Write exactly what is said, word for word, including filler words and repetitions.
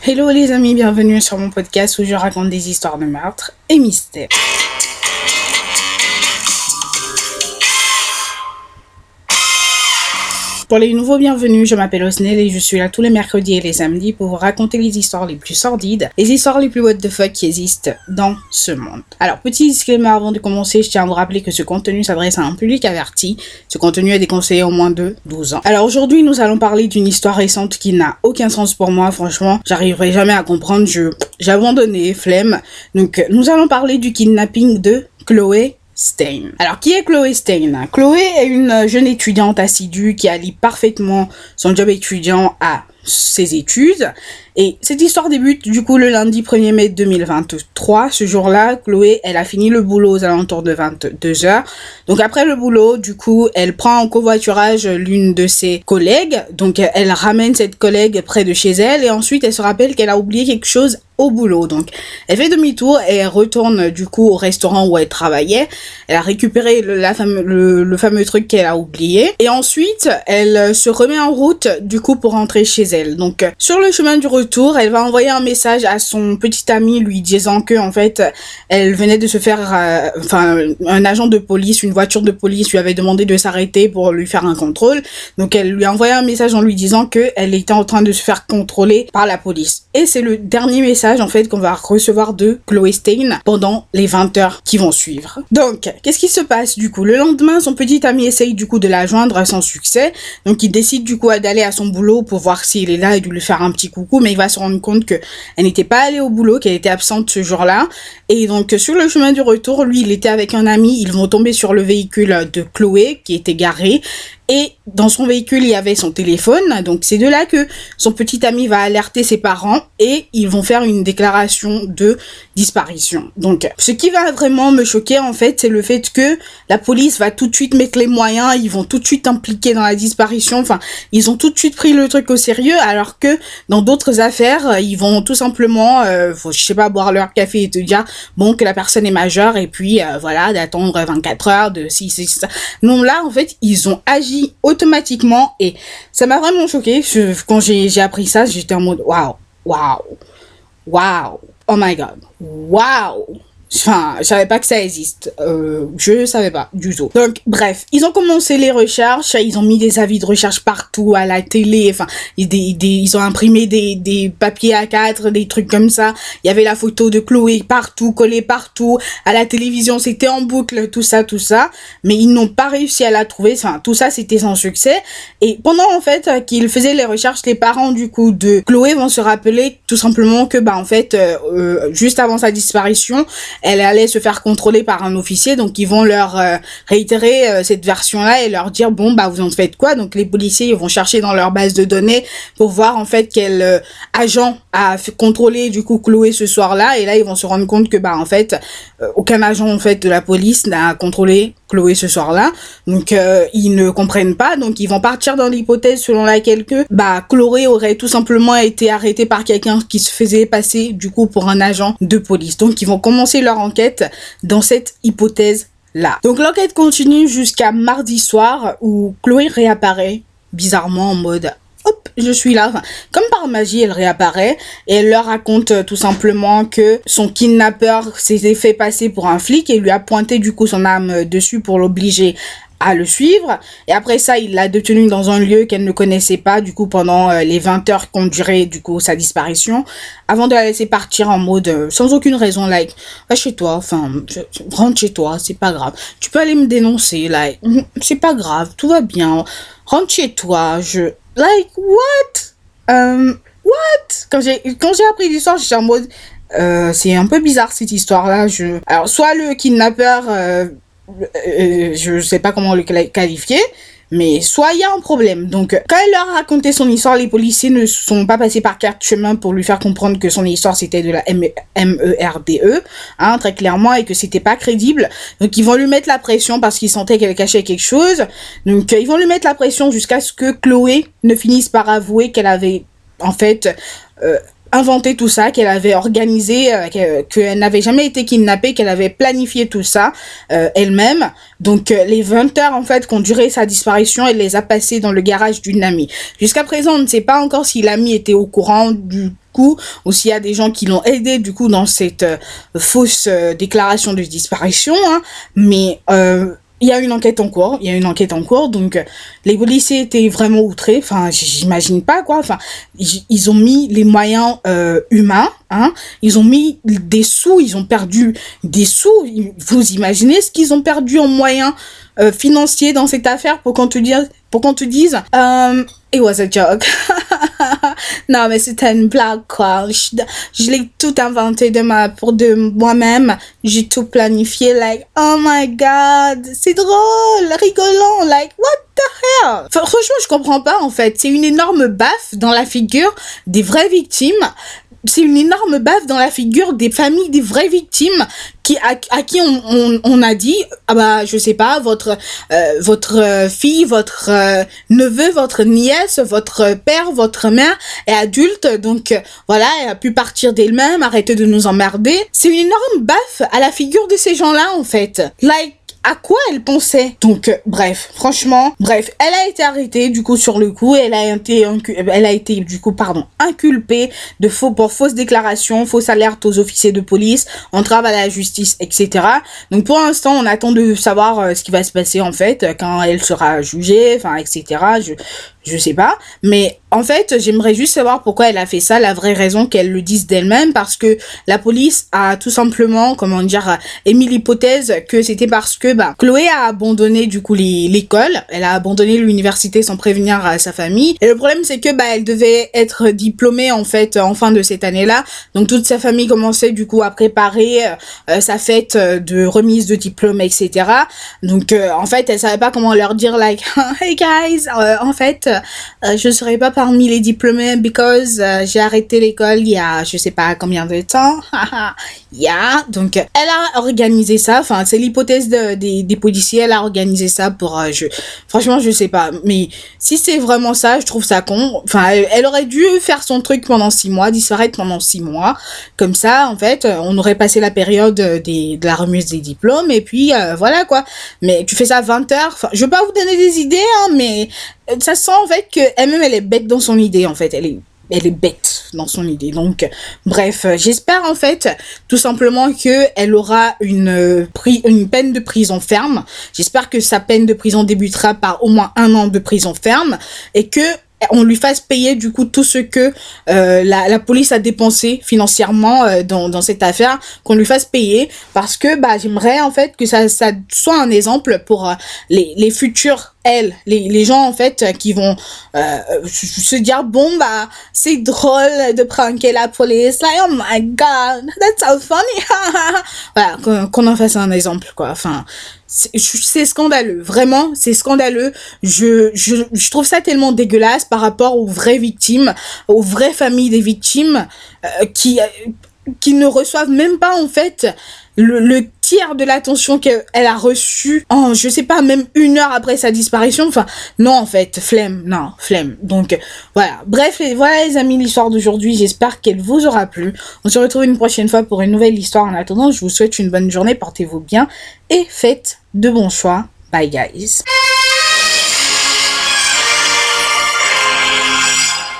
Hello les amis, bienvenue sur mon podcast où je raconte des histoires de meurtres et mystères. Pour les nouveaux bienvenus, je m'appelle Osnel et je suis là tous les mercredis et les samedis pour vous raconter les histoires les plus sordides, les histoires les plus what the fuck qui existent dans ce monde. Alors, petit disclaimer avant de commencer, je tiens à vous rappeler que ce contenu s'adresse à un public averti. Ce contenu est déconseillé au moins de douze ans. Alors aujourd'hui, nous allons parler d'une histoire récente qui n'a aucun sens pour moi, franchement. J'arriverai jamais à comprendre, je j'ai abandonné, flemme. Donc, nous allons parler du kidnapping de Chloé Stein. Alors, qui est Chloé Stein? Chloé est une jeune étudiante assidue qui allie parfaitement son job étudiant à ses études. Et cette histoire débute du coup le lundi premier mai deux mille vingt-trois. Ce jour-là, Chloé, elle a fini le boulot aux alentours de vingt-deux heures. Donc après le boulot, du coup, elle prend en covoiturage l'une de ses collègues. Donc elle ramène cette collègue près de chez elle et ensuite elle se rappelle qu'elle a oublié quelque chose au boulot. Donc elle fait demi-tour et elle retourne du coup au restaurant où elle travaillait. Elle a récupéré le, la fame, le, le fameux truc qu'elle a oublié. Et ensuite, elle se remet en route du coup pour rentrer chez elle. Donc sur le chemin du retour, elle va envoyer un message à son petit ami lui disant que en fait, elle venait de se faire, euh, enfin, un agent de police, une voiture de police lui avait demandé de s'arrêter pour lui faire un contrôle. Donc elle lui a envoyé un message en lui disant que elle était en train de se faire contrôler par la police. Et c'est le dernier message en fait qu'on va recevoir de Chloé Stein pendant les vingt heures qui vont suivre. Donc, qu'est-ce qui se passe du coup? Le lendemain, son petit ami essaye du coup de la joindre sans succès. Donc il décide du coup d'aller à son boulot pour voir s'il est là et de lui faire un petit coucou, mais il va se rendre compte que elle n'était pas allée au boulot, qu'elle était absente ce jour-là. Et donc sur le chemin du retour, lui, il était avec un ami, ils vont tomber sur le véhicule de Chloé qui était garé. Et dans son véhicule, il y avait son téléphone. Donc, c'est de là que son petit ami va alerter ses parents et ils vont faire une déclaration de disparition. Donc, ce qui va vraiment me choquer, en fait, c'est le fait que la police va tout de suite mettre les moyens. Ils vont tout de suite impliquer dans la disparition. Enfin, ils ont tout de suite pris le truc au sérieux, alors que dans d'autres affaires, ils vont tout simplement, euh, faut, je sais pas, boire leur café et te dire, bon, que la personne est majeure et puis, euh, voilà, d'attendre vingt-quatre heures, de si, si, ça. Non, là, en fait, ils ont agi automatiquement et ça m'a vraiment choqué. Je, quand j'ai j'ai appris ça, j'étais en mode waouh, waouh, waouh, oh my god, waouh. Enfin, je savais pas que ça existe. Euh, je savais pas du tout. Donc, bref, ils ont commencé les recherches. Ils ont mis des avis de recherche partout, à la télé. Enfin, des, des, ils ont imprimé des, des papiers A quatre, des trucs comme ça. Il y avait la photo de Chloé partout, collée partout. À la télévision, c'était en boucle, tout ça, tout ça. Mais ils n'ont pas réussi à la trouver. Enfin, tout ça, c'était sans succès. Et pendant, en fait, qu'ils faisaient les recherches, les parents, du coup, de Chloé vont se rappeler tout simplement que, bah, en fait, euh, euh, juste avant sa disparition, elle allait se faire contrôler par un officier, donc ils vont leur euh, réitérer euh, cette version-là et leur dire bon bah vous en faites quoi. Donc les policiers ils vont chercher dans leur base de données pour voir en fait quel euh, agent a fait contrôler du coup Chloé ce soir-là, et là ils vont se rendre compte que bah en fait euh, aucun agent en fait de la police n'a contrôlé Chloé ce soir-là. Donc euh, ils ne comprennent pas, donc ils vont partir dans l'hypothèse selon laquelle que bah Chloé aurait tout simplement été arrêtée par quelqu'un qui se faisait passer du coup pour un agent de police. Donc ils vont commencer leur enquête dans cette hypothèse là. Donc l'enquête continue jusqu'à mardi soir où Chloé réapparaît bizarrement en mode hop, je suis là. Enfin, comme par magie, elle réapparaît et elle leur raconte euh, tout simplement que son kidnappeur s'était fait passer pour un flic et lui a pointé du coup son arme dessus pour l'obliger à le suivre. Et après ça, il l'a détenue dans un lieu qu'elle ne connaissait pas, du coup, pendant euh, les vingt heures qu'ont duré, du coup, sa disparition, avant de la laisser partir en mode, euh, sans aucune raison, like, va chez toi, enfin, rentre chez toi, c'est pas grave. Tu peux aller me dénoncer, like, c'est pas grave, tout va bien, rentre chez toi, je, like, what? Um, what? Quand j'ai, quand j'ai appris l'histoire, j'étais en mode, euh, c'est un peu bizarre, cette histoire-là, je, alors, soit le kidnappeur, euh, Euh, je sais pas comment le qualifier, mais soit il y a un problème. Donc quand elle leur a raconté son histoire, les policiers ne sont pas passés par quatre chemins pour lui faire comprendre que son histoire c'était de la M E R D E, hein, très clairement, et que c'était pas crédible. Donc ils vont lui mettre la pression parce qu'ils sentaient qu'elle cachait quelque chose. Donc ils vont lui mettre la pression jusqu'à ce que Chloé ne finisse par avouer qu'elle avait en fait euh, inventé tout ça, qu'elle avait organisé, euh, qu'elle, qu'elle n'avait jamais été kidnappée, qu'elle avait planifié tout ça euh, elle-même. Donc euh, les vingt heures en fait qu'ont duré sa disparition, elle les a passées dans le garage d'une amie. Jusqu'à présent, on ne sait pas encore si l'amie était au courant du coup ou s'il y a des gens qui l'ont aidé du coup dans cette euh, fausse euh, déclaration de disparition. Hein. Mais euh, il y a une enquête en cours, il y a une enquête en cours, donc euh, les policiers étaient vraiment outrés, enfin j'imagine pas quoi, enfin ils ont mis les moyens euh, humains, hein, ils ont mis des sous, ils ont perdu des sous, vous imaginez ce qu'ils ont perdu en moyens euh, financiers dans cette affaire pour qu'on te dise, pour qu'on te dise, um, it was a joke. Non mais c'était une blague quoi, je, je l'ai tout inventé de ma, pour de moi-même, j'ai tout planifié, like oh my god, c'est drôle, rigolant, like what the hell. Enfin, franchement je comprends pas en fait, c'est une énorme baffe dans la figure des vraies victimes. C'est une énorme baffe dans la figure des familles des vraies victimes qui à, à qui on, on, on a dit ah bah je sais pas votre euh, votre euh, fille, votre euh, neveu, votre nièce, votre père, votre mère est adulte donc euh, voilà, elle a pu partir d'elle-même, arrêtez de nous emmerder. C'est une énorme baffe à la figure de ces gens-là en fait. Like à quoi elle pensait. Donc euh, bref, franchement, bref, elle a été arrêtée du coup sur le coup, elle a été elle a été du coup pardon, inculpée de faux pour fausse déclaration, fausse alerte aux officiers de police, entrave à la justice, et cetera. Donc pour l'instant, on attend de savoir euh, ce qui va se passer en fait quand elle sera jugée, enfin et cetera. Je je sais pas, mais en fait, j'aimerais juste savoir pourquoi elle a fait ça, la vraie raison qu'elle le dise d'elle-même, parce que la police a tout simplement, comment dire, émis l'hypothèse que c'était parce que bah Chloé a abandonné du coup l'école, elle a abandonné l'université sans prévenir à sa famille. Et le problème c'est que bah elle devait être diplômée en fait en fin de cette année-là, donc toute sa famille commençait du coup à préparer euh, sa fête de remise de diplôme, et cetera. Donc euh, en fait, elle savait pas comment leur dire like hey guys, euh, en fait Euh, je serai pas parmi les diplômés because euh, j'ai arrêté l'école il y a je sais pas combien de temps. Yeah. Donc elle a organisé ça, enfin c'est l'hypothèse de, des, des policiers, elle a organisé ça pour euh, je franchement je sais pas, mais si c'est vraiment ça, je trouve ça con. Enfin elle, elle aurait dû faire son truc pendant six mois, disparaître pendant six mois, comme ça en fait on aurait passé la période des, de la remise des diplômes et puis euh, voilà quoi. Mais tu fais ça à vingt heures, enfin je veux pas vous donner des idées hein, mais ça sent en fait que elle-même elle est bête dans son idée en fait, elle est elle est bête dans son idée. Donc bref, j'espère en fait tout simplement que elle aura une euh, pri une peine de prison ferme. J'espère que sa peine de prison débutera par au moins un an de prison ferme et que on lui fasse payer du coup tout ce que euh, la, la police a dépensé financièrement euh, dans, dans cette affaire, qu'on lui fasse payer parce que bah j'aimerais en fait que ça, ça soit un exemple pour euh, les, les futurs elles, les, les gens en fait qui vont euh, se dire bon bah c'est drôle de pranker la police, like oh my god that's so funny. Voilà, qu'on qu'on en fasse un exemple quoi. Enfin c'est scandaleux, vraiment c'est scandaleux. Je, je je trouve ça tellement dégueulasse par rapport aux vraies victimes, aux vraies familles des victimes euh, qui qui ne reçoivent même pas en fait le, le tiers de l'attention qu'elle a reçue en, je sais pas, même une heure après sa disparition. Enfin, non, en fait, flemme, non, flemme. Donc, voilà. Bref, les, voilà les amis, l'histoire d'aujourd'hui. J'espère qu'elle vous aura plu. On se retrouve une prochaine fois pour une nouvelle histoire. En attendant, je vous souhaite une bonne journée, portez-vous bien et faites de bons choix. Bye, guys.